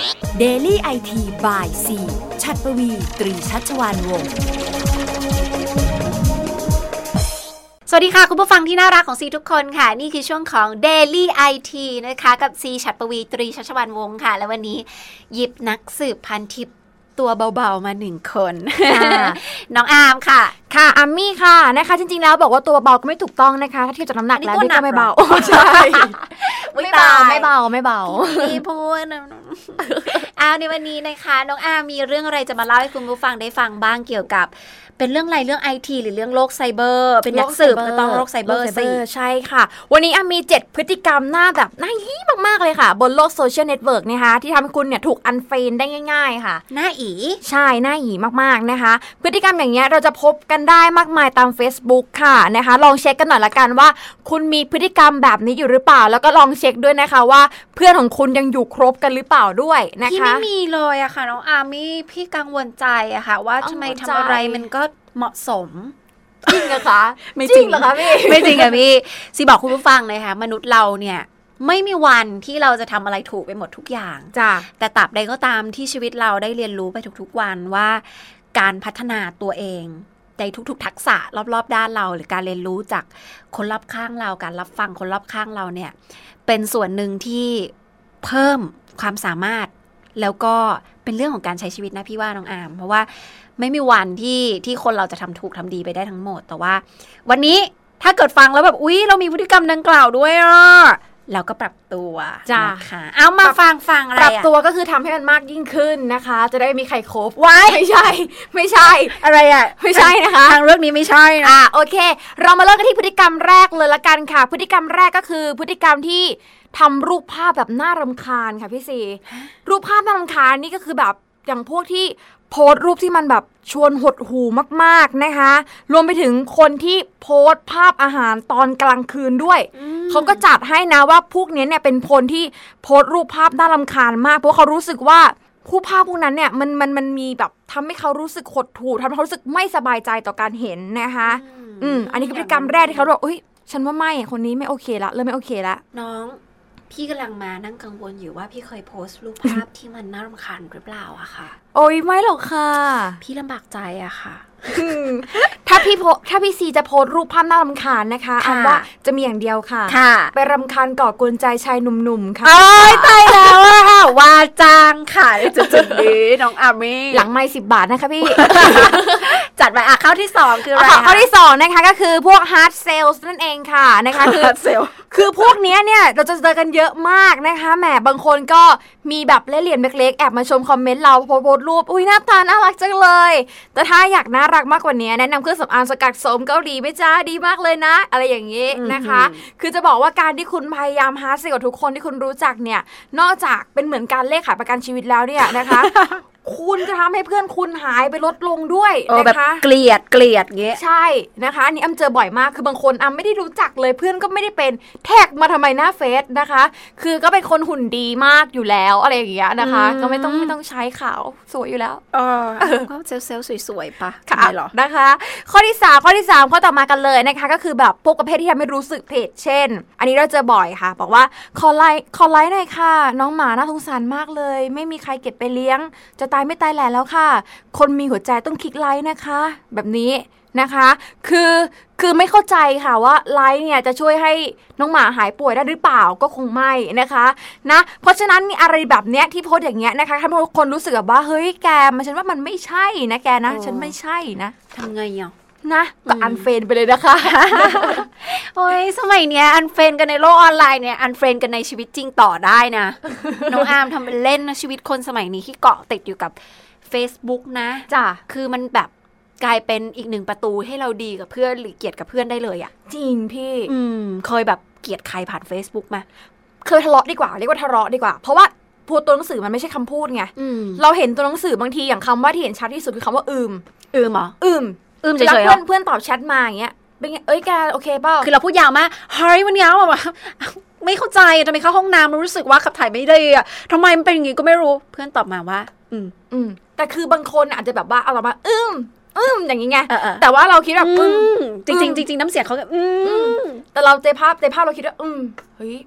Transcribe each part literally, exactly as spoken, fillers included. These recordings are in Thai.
Daily ไอ ที by ซี ฉัตรปวี ตรีชัชวาลวงศ์สวัสดีค่ะคุณผู้ฟังที่น่ารักของซีทุกคนค่ะนี่คือช่วงของ Daily ไอ ที นะคะกับซีฉัตรปวีตรีชัชวาลวงศ์ค่ะและวันนี้หยิบนักสืบพันทิปตัวเบาๆมาหนึ่งคน น้องอาร์มค่ะค่ะอาร์มี่ค่ะนะคะจริงๆแล้วบอกว่าตัวเบาก็ไม่ถูกต้องนะคะถ้าเทียบจากน้ำหนักแล้วนี่ก็ไม่เบาใช่ไม่เบาไม่เบาไม่เบาพี่พูดอาร์มในวันนี้นะคะน้องอาร์มมีเรื่องอะไรจะมาเล่าให้คุณผู้ฟังได้ฟังบ้างเกี่ยวกับเป็นเรื่องอะไรเรื่อง ไอ ที หรือเรื่องโลกไซเบอร์เป็นนักสืบก็ต้องโลกไซเบอร์สิใช่ค่ะวันนี้อามีเจ็ดพฤติกรรมหน้าแบบน่ายี้มากๆเลยค่ะบนโลกโซเชียลเน็ตเวิร์กนะคะที่ทำให้คุณเนี่ยถูกอันเฟรนได้ง่ายๆค่ะหน้าอีใช่หน้าอีมากๆนะคะพฤติกรรมอย่างเงี้ยเราจะพบกันได้มากมายตาม Facebook ค่ะนะคะลองเช็คกันหน่อยละกันว่าคุณมีพฤติกรรมแบบนี้อยู่หรือเปล่าแล้วก็ลองเช็คด้วยนะคะว่าเพื่อนของคุณยังอยู่ครบกันหรือเปล่าด้วยนะคะที่ไม่มีเลยอะค่ะน้องอาร์มี่พี่กังวลใจอะค่ะว่าทำไมทำอะไรมันก็เหมาะสมจริงเหรอคะไม่จริงเหรอคะพี่ไม่จริงค่ะพี่ซีบอกคุณผู้ฟังเลยค่ะมนุษย์เราเนี่ยไม่มีวันที่เราจะทำอะไรถูกไปหมดทุกอย่างจ้ะแต่ตราบใดก็ตามที่ชีวิตเราได้เรียนรู้ไปทุกๆวันว่าการพัฒนาตัวเองในทุกๆทักษะรอบๆด้านเราหรือการเรียนรู้จากคนรอบข้างเราการรับฟังคนรอบข้างเราเนี่ยเป็นส่วนหนึ่งที่เพิ่มความสามารถแล้วก็เป็นเรื่องของการใช้ชีวิตนะพี่ว่าน้องอาร์มเพราะว่าไม่มีวันที่ที่คนเราจะทำถูกทำดีไปได้ทั้งหมดแต่ว่าวันนี้ถ้าเกิดฟังแล้วแบบอุ๊ยเรามีพฤติกรรมดังกล่าวด้วยอ่ะเราก็ปรับตัวจ้ะนะคะเอามาฟังฟังอะไรปรับตัวก็คือทำให้มันมากยิ่งขึ้นนะคะจะได้มีใครคบว้ายไม่ใช่ไม่ใช่อะไรอ่ะไม่ใช่นะคะทางเรื่องนี้ไม่ใช่นะอ่ะโอเคเรามาเริ่มกันที่พฤติกรรมแรกเลยละกันค่ะพฤติกรรมแรกก็คือพฤติกรรมที่ทำรูปภาพแบบน่ารำคาญค่ะพี่ซีรูปภาพน่ารำคาญนี่ก็คือแบบอย่างพวกที่โพสต์รูปที่มันแบบชวนหดหูมากๆนะคะรวมไปถึงคนที่โพสต์ภาพอาหารตอนกลางคืนด้วยเขาก็จัดให้นะว่าพวกนี้เนี่ยเป็นคนที่โพสต์รูปภาพน่ารำคาญมากเพราะเขารู้สึกว่าผู้ภาพพวกนั้นเนี่ยมันมันมันมีแบบทำให้เขารู้สึกหดหู่ทำให้เขารู้สึกไม่สบายใจต่อการเห็นนะคะอืมอันนี้คือพฤติกรรมแรกที่เขาบอกเอ้ยฉันว่าไม่คนนี้ไม่โอเคละเริ่มไม่โอเคละน้องพี่กำลังมานั่งกังวลอยู่ว่าพี่เคยโพสต์รูปภาพที่มันน่ารำคาญหรือเปล่าอะค่ะโอ้ยไม่หรอกค่ะพี่ลำบากใจอะค่ะถ้าพี่โพถ้าพี่ซีจะโพสต์รูปภาพน่ารำคาญนะคะอันว่าจะมีอย่างเดียวค่ะไปรำคาญก่อกวนใจชายหนุ่มๆค่ะโอ้ยตายแล้วอะว่าจ้างค่ะจุดๆนี้น้องอาร์มี่หลังไม่สิบบาทนะคะพี่จัดไปอ่ะข้อที่สองคืออะไรข้อที่สองนะคะก็คือพวก hard sales นั่นเองค่ะนะคะคือ hard sale คือพวกนี้เนี่ยเราจะเจอกันเยอะมากนะคะแหมบางคนก็มีแบบเล่ห์เหลี่ยมเล็กๆแอบมาชมคอมเมนต์เราโพสต์รูปอุ้ยหน้าตาน่ารักจังเลยแต่ถ้าอยากน่ารักมากกว่านี้แนะนำเครื่องสำอางสกัดโสมเกาหลีไหมจ้าดีมากเลยนะอะไรอย่างนี้นะคะคือจะบอกว่าการที่คุณพยายามฮาร์ดเซลกับทุกคนที่คุณรู้จักเนี่ยนอกจากเป็นเหมือนการเลขขายประกันชีวิตแล้วเนี่ยนะคะ คุณจะทำให้เพื่อนคุณหายไปลดลงด้วยนะคะเกลียดเกลียดเงี้ยใช่นะคะอันนี้อ้ำเจอบ่อยมากคือบางคนอ้ำไม่ได้รู้จักเลยเพื่อนก็ไม่ได้เป็นแท็กมาทำไมหน้าเฟซนะคะคือก็เป็นคนหุ่นดีมากอยู่แล้วอะไรอย่างเงี้ยนะคะก็ไม่ต้องไม่ต้องใช้ขาวสวยอยู่แล้วเออก็เซลล์เซลล์สวยๆปะค่ะนะคะข้อที่สามข้อที่สามข้อต่อมากันเลยนะคะก็คือแบบพวกประเภทที่ทำให้รู้สึกผิดเช่นอันนี้เราเจอบ่อยค่ะบอกว่าขอไลค์ขอไลค์หน่อยค่ะน้องหมาน่าสงสารมากเลยไม่มีใครเก็บไปเลี้ยงจะตายไม่ตายแหล่แล้วค่ะคนมีหัวใจต้องคลิกไลค์นะคะแบบนี้นะคะคือคือไม่เข้าใจค่ะว่าไลค์เนี่ยจะช่วยให้น้องหมาหายป่วยได้หรือเปล่าก็คงไม่นะคะนะเพราะฉะนั้นมีอะไรแบบเนี้ยที่โพสอย่างเงี้ยนะคะทำให้คนรู้สึกแบบว่าเฮ้ยแกมันฉันว่ามันไม่ใช่นะแกนะฉันไม่ใช่นะทำไงอ่ะนะก็อันเฟรนไปเลยนะคะโอ้ยสมัยเนี้ยอันเฟรนกันในโลกออนไลน์เนี่ยอันเฟรนกันในชีวิตจริงต่อได้นะ น้องอาร์มทำเป็นเล่นนะชีวิตคนสมัยนี้ที่เกาะติดอยู่กับ Facebook นะจ้ะคือมันแบบกลายเป็นอีกหนึ่งประตูให้เราดีกับเพื่อนหรือเกลียดกับเพื่อนได้เลยอ่ะจริงพี่อืมเคยแบบเกลียดใครผ่าน Facebook มั้ยเคยทะเลาะดีกว่าเรียกว่าทะเลาะดีกว่าเพราะว่าพูดตัวหนังสือมันไม่ใช่คำพูดไงเราเห็นตัวหนังสือบางทีอย่างคำว่าที่เห็นชัดที่สุดคือคำว่าอืมอืมเหรออืมอืมเฉยๆเพื่อนเพื่อนตอบแชทมาอย่างเงี้ยเป็นไงเอ้ยแกโอเคเปล่าคือเราพูดยาวมากเฮ้ยวันนี้แบบไม่เข้าใจทำไมเข้าห้องน้ำรู้สึกว่าขับถ่ายไม่ได้อะทำไมมันเป็นอย่างงี้ก็ไม่รู้เพื่อนตอบมาว่าอืมอืมแต่คือบางคนอาจจะแบบว่าเอาออกมาอืมอืมอย่างงี้ไงแต่ว่าเราคิดแบบอืมจริงๆจริงๆน้ำเสียงเขาอืมแต่เราเจภาพเจภาพเราคิดว่าอืมเฮ้ย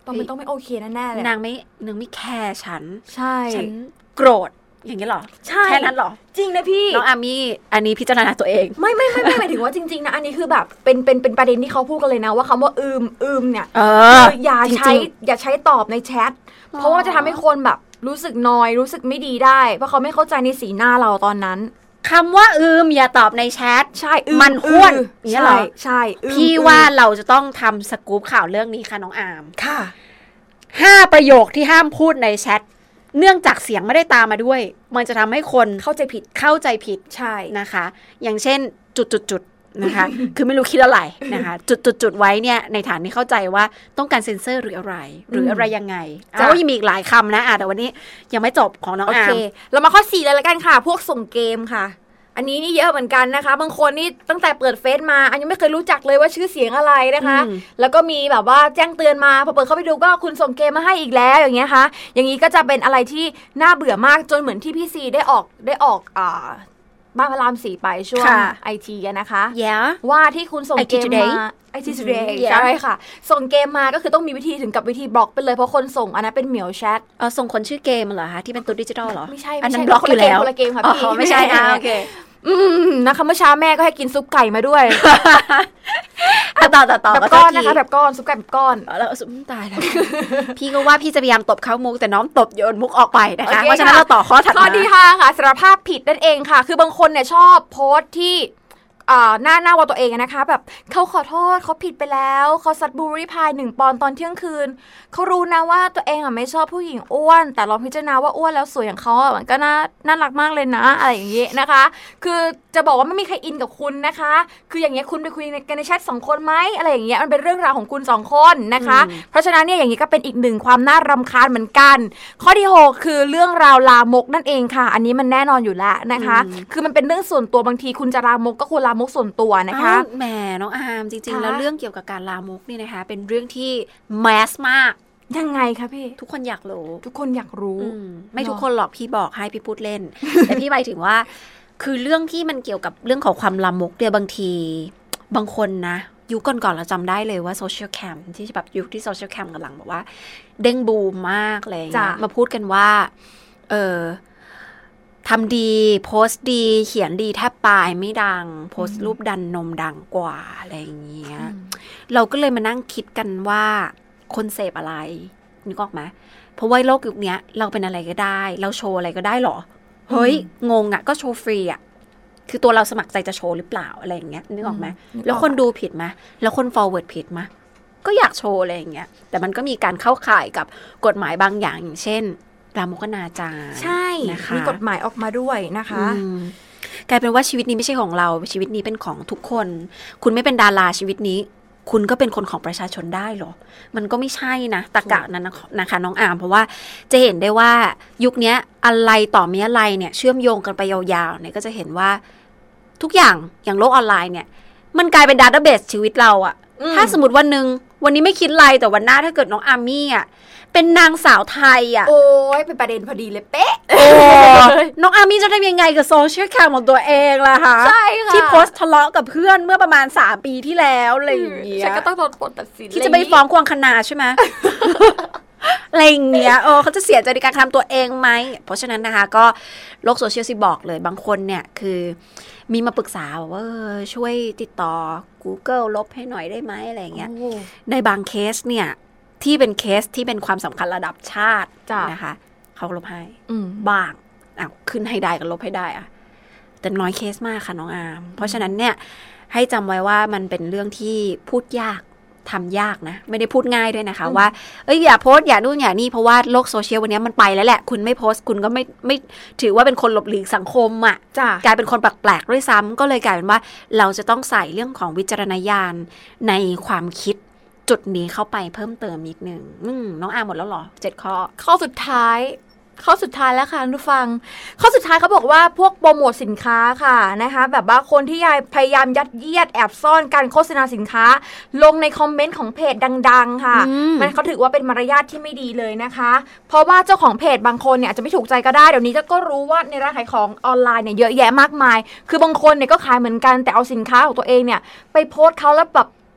ต้องไม่ต้องไม่โอเคแน่ๆเลยนางไม่นางไม่แคร์ฉันใช่ฉันโกรธอย่างนี้หรอใช่แค่นั้นหรอจริงนะพี่น้องอามี่อันนี้พิจารณาตัวเองไม่ไม่ไม่ไม่หมายถึงว่าจริงๆนะอันนี้คือแบบเป็นเป็นเป็นประเด็นที่เขาพูดกันเลยนะว่าคำว่าอืมอืมเนี่ยเอออย่าใช้อย่าใช้ตอบในแชทเพราะว่าจะทำให้คนแบบรู้สึกนอยรู้สึกไม่ดีได้เพราะเขาไม่เข้าใจในสีหน้าเราตอนนั้นคำว่าอืมอย่าตอบในแชทใช่มันควรอย่างนี้หรอใช่พี่ว่าเราจะต้องทำสกู๊ปข่าวเรื่องนี้ค่ะน้องอามค่ะห้าประโยคที่ห้ามพูดในแชทเนื่องจากเสียงไม่ได้ตามมาด้วยมันจะทำให้คนเข้าใจผิดเข้าใจผิดใช่นะคะอย่างเช่นจุดๆๆนะคะ คือไม่รู้คิดอะไรนะคะจุดๆๆไว้เนี่ยในฐานที่เข้าใจว่าต้องการเซ็นเซอร์หรืออะไรหรืออะไรยังไงแล้วยังมีอีกหลายคำนะอ่ะแต่วันนี้ยังไม่จบของน้องอามโอเคเรามาข้อสี่เลยละกันค่ะพวกส่งเกมค่ะอันนี้นี่เยอะเหมือนกันนะคะบางคนนี่ตั้งแต่เปิดเฟซมาอันยังไม่เคยรู้จักเลยว่าชื่อเสียงอะไรนะคะแล้วก็มีแบบว่าแจ้งเตือนมาพอเปิดเข้าไปดูก็คุณส่งเกมมาให้อีกแล้วอย่างเงี้ยค่ะอย่างนี้ก็จะเป็นอะไรที่น่าเบื่อมากจนเหมือนที่พี่ซีได้ออกได้ออกอ่าบ้านพระรามสี่ไปช่วงไอทีกันนะคะ yeah. ว่าที่คุณส่งเกมมาไอที Today ใช่ค่ะส่งเกมมาก็คือต้องมีวิธีถึงกับวิธีบล็อกไปเลยเพราะคนส่งอันนั้นเป็นเหมียวแชทเออส่งคนชื่อเกมเหรอคะที่เป็นตัวดิจิทัลเหรอไม่ใช่อันนั้นบล็อกอยู่แล้วคนละเกมค่ะพี่ไม่ใช่อ่ะโอเคอืมนะคะเมื่อเช้าแม่ก็ให้กินซุปไก่มาด้วยต่อต่อต่อแบบก้อนนะคะแบบก้อนซุปไก่แบบก้อนแล้วซุปตายแล้วพี่ก็ว่าพี่จะพยายามตบเข้ามุกแต่น้องตบโยนมุกออกไปนะคะเพราะฉะนั้นเราต่อข้อถัดมาข้อที่ห้าค่ะสารภาพผิดนั่นเองค่ะคือบางคนเนี่ยชอบโพสต์ที่อ่าหน้าหน้าว่าตัวเองนะคะแบบเขาขอโทษเขาผิดไปแล้วเขาซัดบูรี่พายหนึ่งปอนตอนเที่ยงคืนเขารู้นะว่าตัวเองอ่ะไม่ชอบผู้หญิงอ้วนแต่ลองพิจารณาว่าอ้วนแล้วสวยอย่างเขาอ่ะมันก็น่าน่ารักมากเลยนะอะไรอย่างเงี้ยนะคะคือจะบอกว่าไม่มีใครอินกับคุณนะคะคืออย่างเงี้ยคุณไปคุยกันในแชทสองคนไหมอะไรอย่างเงี้ยมันเป็นเรื่องราวของคุณสองคนนะคะเพราะฉะนั้นเนี่ยอย่างงี้ก็เป็นอีกหนึ่งความน่ารำคาญเหมือนกันข้อที่หกคือเรื่องราวลามกนั่นเองค่ะอันนี้มันแน่นอนอยู่แล้วนะคะคือมันเป็นเรื่องส่วนตัวบางทีคุณจะลามกก็ควรลามกส่วนตัวนะคะแหมน้องอามจริงๆแล้วเรื่องเกี่ยวกับการลามกนี่นะคะเป็นเรื่องที่แมสมากยังไงคะพี่ทุกคนอยากรู้ทุกคนอยากรู้ไม่ทุกคนหรอกพี่บอกให้พี่พูดเล่น แต่พี่หมายถึงว่าคือเรื่องที่มันเกี่ยวกับเรื่องของความลามกเนี่ยบางทีบางคนนะยุคก่อนๆเราจำได้เลยว่าโซเชียลแคมที่แบบยุคที่โซเชียลแคมกำลังบอกว่าเด้งบูมมากเลยมาพูดกันว่าเออทำดีโพสต์ดีเขียนดีแทบตายไม่ดังโพสต์รูปดันนมดังกว่าอะไรอย่างเงี้ยเราก็เลยมานั่งคิดกันว่าคนเสพอะไรนึกออกไหมเพราะว่าโลกยุคนี้เราเป็นอะไรก็ได้เราโชว์อะไรก็ได้หรอเฮ้ยงงอ่ะก็โชว์ฟรีอ่ะคือตัวเราสมัครใจจะโชว์หรือเปล่าอะไรอย่างเงี้ยนึกออกไหมแล้วคนดูผิดไหมแล้วคน forward ผิดไหมก็อยากโชว์อะไรอย่างเงี้ยแต่มันก็มีการเข้าข่ายกับกฎหมายบางอย่างอย่างเช่นลามกอนาจารใช่นะคะมีกฎหมายออกมาด้วยนะคะกลายเป็นว่าชีวิตนี้ไม่ใช่ของเราชีวิตนี้เป็นของทุกคนคุณไม่เป็นดาราชีวิตนี้คุณก็เป็นคนของประชาชนได้หรอมันก็ไม่ใช่นะตรรกะนั้นนะคะน้องอามเพราะว่าจะเห็นได้ว่ายุคนี้อะไรต่อมีอะไรเนี่ยเชื่อมโยงกันไปยาวๆเนี่ยก็จะเห็นว่าทุกอย่างอย่างโลกออนไลน์เนี่ยมันกลายเป็นดัตเตอร์เบสชีวิตเราอะถ้าสมมติวันนึงวันนี้ไม่คิดอะไรแต่วันหน้าถ้าเกิดน้องอามี่อะเป็นนางสาวไทยอ่ะโอ้ยเป็นประเด็นพอดีเลยเป๊ะโอ้น้องอามี่จะทำยังไงกับโซเชียลแคมของตัวเองล่ะคะใช่ค่ะที่โพสต์ทะเลาะกับเพื่อนเมื่อประมาณสามปีที่แล้วอะไรอย่างเงี้ยฉันก็ต้องโดนบทตัดสินที่จะไปฟ้องควงคณาใช่ไหมอะไรอย่างเงี้ยเออเขาจะเสียใจในการทำตัวเองไหมเพราะฉะนั้นนะคะก็โลกโซเชียลสิบอกเลยบางคนเนี่ยคือมีมาปรึกษาว่าช่วยติดต่อ Google ลบให้หน่อยได้ไหมอะไรอย่างเงี้ยในบางเคสเนี่ยที่เป็นเคสที่เป็นความสำคัญระดับชาตินะคะเขาลบให้บ้างอ้าวขึ้นให้ได้ก็ลบให้ได้อะแต่น้อยเคสมากค่ะน้องอามเพราะฉะนั้นเนี่ยให้จำไว้ว่ามันเป็นเรื่องที่พูดยากทำยากนะไม่ได้พูดง่ายด้วยนะคะว่าเอ้ยอย่าโพสอย่านู่นอย่านี่เพราะว่าโลกโซเชียลวันนี้มันไปแล้วแหละคุณไม่โพสคุณก็ไม่ไม่ถือว่าเป็นคนหลบหลีกสังคมอ่ะกลายเป็นคนแปลกๆด้วยซ้ำก็เลยกลายเป็นว่าเราจะต้องใส่เรื่องของวิจารณญาณในความคิดจุดนี้เข้าไปเพิ่มเติมนิดนึงน้องอาหมดแล้วหรอเจ็ดข้อข้อสุดท้ายข้อสุดท้ายแล้วค่ะทุกฟังข้อสุดท้ายเขาบอกว่าพวกโปรโมทสินค้าค่ะนะคะแบบว่าคนที่พยายามยัดเยียดแอบซ่อนการโฆษณาสินค้าลงในคอมเมนต์ของเพจดังๆค่ะมันเขาถือว่าเป็นมารยาทที่ไม่ดีเลยนะคะเพราะว่าเจ้าของเพจบางคนเนี่ยอาจจะไม่ถูกใจก็ได้เดี๋ยวนี้ก็รู้ว่าในร้านขายของออนไลน์เนี่ยเยอะแยะมากมายคือบางคนเนี่ยก็ขายเหมือนกันแต่เอาสินค้าของตัวเองเนี่ยไปโพสต์เขาแล้วแบบ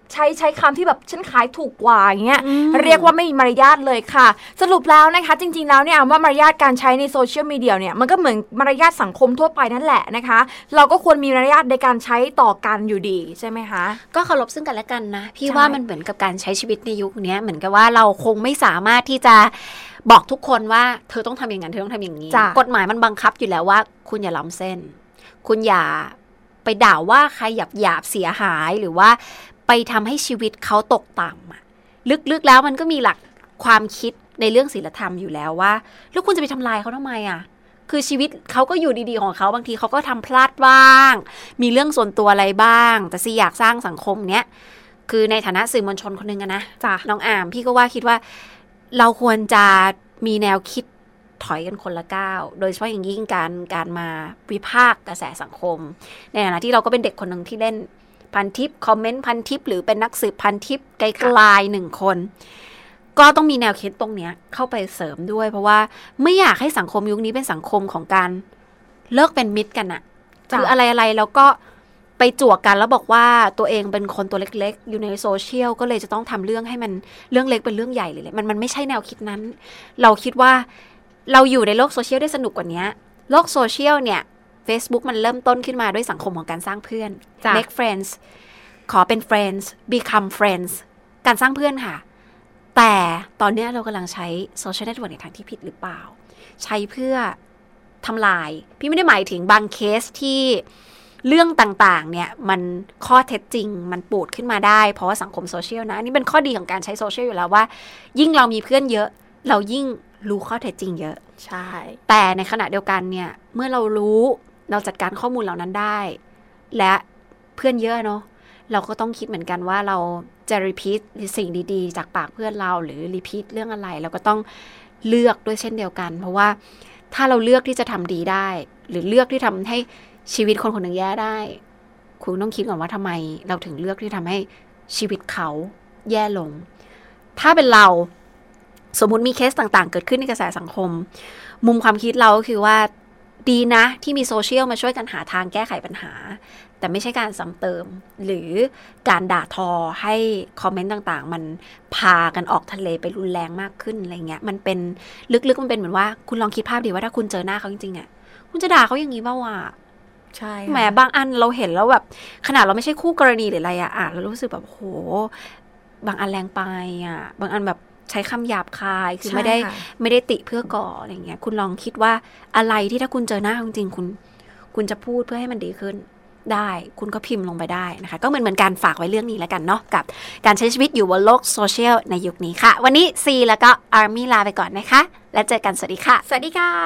ใช้ใช้คำที่แบบฉันขายถูกกว่าอย่างเงี้ยเรียกว่าไม่มีมารยาทเลยค่ะสรุปแล้วนะคะจริงๆแล้วเนี่ยว่ามารยาทการใช้ในโซเชียลมีเดียเนี่ยมันก็เหมือนมารยาทสังคมทั่วไปนั่นแหละนะคะเราก็ควรมีมารยาทในการใช้ต่อกันอยู่ดีใช่ไหมคะก็เคารพซึ่งกันและกันนะพี่ว่ามันเหมือนกับการใช้ชีวิตในยุคนี้เหมือนกับว่าเราคงไม่สามารถที่จะบอกทุกคนว่าเธอต้องทำอย่างนั้นเธอต้องทำอย่างนี้กฎหมายมันบังคับอยู่แล้วว่าคุณอย่าล้ำเส้นคุณอย่าไปด่าว่าใครหยาบหยาบเสียหายหรือว่าไปทำให้ชีวิตเขาตกต่ำอะลึกๆแล้วมันก็มีหลักความคิดในเรื่องศีลธรรมอยู่แล้วว่าแล้วคุณจะไปทำลายเขาทำไมอะคือชีวิตเขาก็อยู่ดีๆของเขาบางทีเขาก็ทำพลาดบ้างมีเรื่องส่วนตัวอะไรบ้างแต่ซีอยากสร้างสังคมเนี้ยคือในฐานะสื่อมวลชนคนนึงอะนะน้องอามพี่ก็ว่าคิดว่าเราควรจะมีแนวคิดถอยกันคนละก้าวโดยเฉพาะอย่างยิ่งการการมาวิพากษ์กระแสสังคมในฐานะที่เราก็เป็นเด็กคนนึงที่เล่นพันทิปคอมเมนต์พันทิปหรือเป็นนักสืบพันทิปไกลๆหนึ่งคนก็ต้องมีแนวคิดตรงเนี้ยเข้าไปเสริมด้วยเพราะว่าไม่อยากให้สังคมยุคนี้เป็นสังคมของการเลิกเป็นมิตรกันอะคืออะไรๆแล้วก็ไปจวกกันแล้วบอกว่าตัวเองเป็นคนตัวเล็กๆอยู่ในโซเชียลก็เลยจะต้องทำเรื่องให้มันเรื่องเล็กเป็นเรื่องใหญ่เลยมันมันไม่ใช่แนวคิดนั้นเราคิดว่าเราอยู่ในโลกโซเชียลได้สนุกกว่านี้โลกโซเชียลเนี่ย Facebook มันเริ่มต้นขึ้นมาด้วยสังคมของการสร้างเพื่อน make friends ขอเป็น friends become friends การสร้างเพื่อนค่ะแต่ตอนนี้เรากำลังใช้โซเชียลเน็ตเวิร์กในทางที่ผิดหรือเปล่าใช้เพื่อทำลายพี่ไม่ได้หมายถึงบางเคสที่เรื่องต่างๆเนี่ยมันข้อเท็จจริงมันปูดขึ้นมาได้เพราะว่าสังคมโซเชียลนะอันนี้เป็นข้อดีของการใช้โซเชียลอยู่แล้วว่ายิ่งเรามีเพื่อนเยอะเรายิ่งรู้ข้อเท็จจริงเยอะใช่แต่ในขณะเดียวกันเนี่ยเมื่อเรารู้เราจัดการข้อมูลเหล่านั้นได้และเพื่อนเยอะเนาะเราก็ต้องคิดเหมือนกันว่าเราจะรีพีทสิ่งดีๆจากปากเพื่อนเราหรือรีพีทเรื่องอะไรเราก็ต้องเลือกด้วยเช่นเดียวกันเพราะว่าถ้าเราเลือกที่จะทำดีได้หรือเลือกที่ทำให้ชีวิตคนคนหนึ่งแย่ได้คุณต้องคิดก่อนว่าทำไมเราถึงเลือกที่ทำให้ชีวิตเขาแย่ลงถ้าเป็นเราสมมุติมีเคสต่างๆเกิดขึ้นในกระแสสังคมมุมความคิดเราก็คือว่าดีนะที่มีโซเชียลมาช่วยกันหาทางแก้ไขปัญหาแต่ไม่ใช่การซ้ำเติมหรือการด่าทอให้คอมเมนต์ต่างๆมันพากันออกทะเลไปรุนแรงมากขึ้นอะไรเงี้ยมันเป็นลึกๆมันเป็นเหมือนว่าคุณลองคิดภาพดิว่าถ้าคุณเจอหน้าเขาจริงๆอ่ะคุณจะด่าเขาอย่างนี้บ้างวะใช่แหมบางอันเราเห็นแล้วแบบขนาดเราไม่ใช่คู่กรณีหรืออะไรอ่ะอ่านแล้วรู้สึกแบบโหบางอันแรงไปอ่ะบางอันแบบใช้คำหยาบคายคือไม่ได้ไม่ได้ติเพื่อก่ออะไรเงี้ยคุณลองคิดว่าอะไรที่ถ้าคุณเจอหน้าจริงๆคุณคุณจะพูดเพื่อให้มันดีขึ้นได้คุณก็พิมพ์ลงไปได้นะคะก็เหมือนเหมือนการฝากไว้เรื่องนี้แล้วกันเนาะกับการใช้ชีวิตอยู่บนโลกโซเชียลในยุคนี้ค่ะวันนี้ซีแล้วก็อาร์มี่ลาไปก่อนนะคะแล้วเจอกันสวัสดีค่ะสวัสดีค่ะ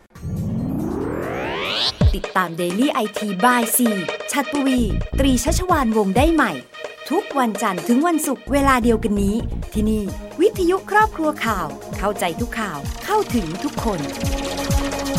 ติดตาม Daily ไอ ที by ซี ชัชวีตรีชัชวาลวงได้ใหม่ทุกวันจันทร์ถึงวันศุกร์เวลาเดียวกันนี้ที่นี่วิทยุครอบครัวข่าวเข้าใจทุกข่าวเข้าถึงทุกคน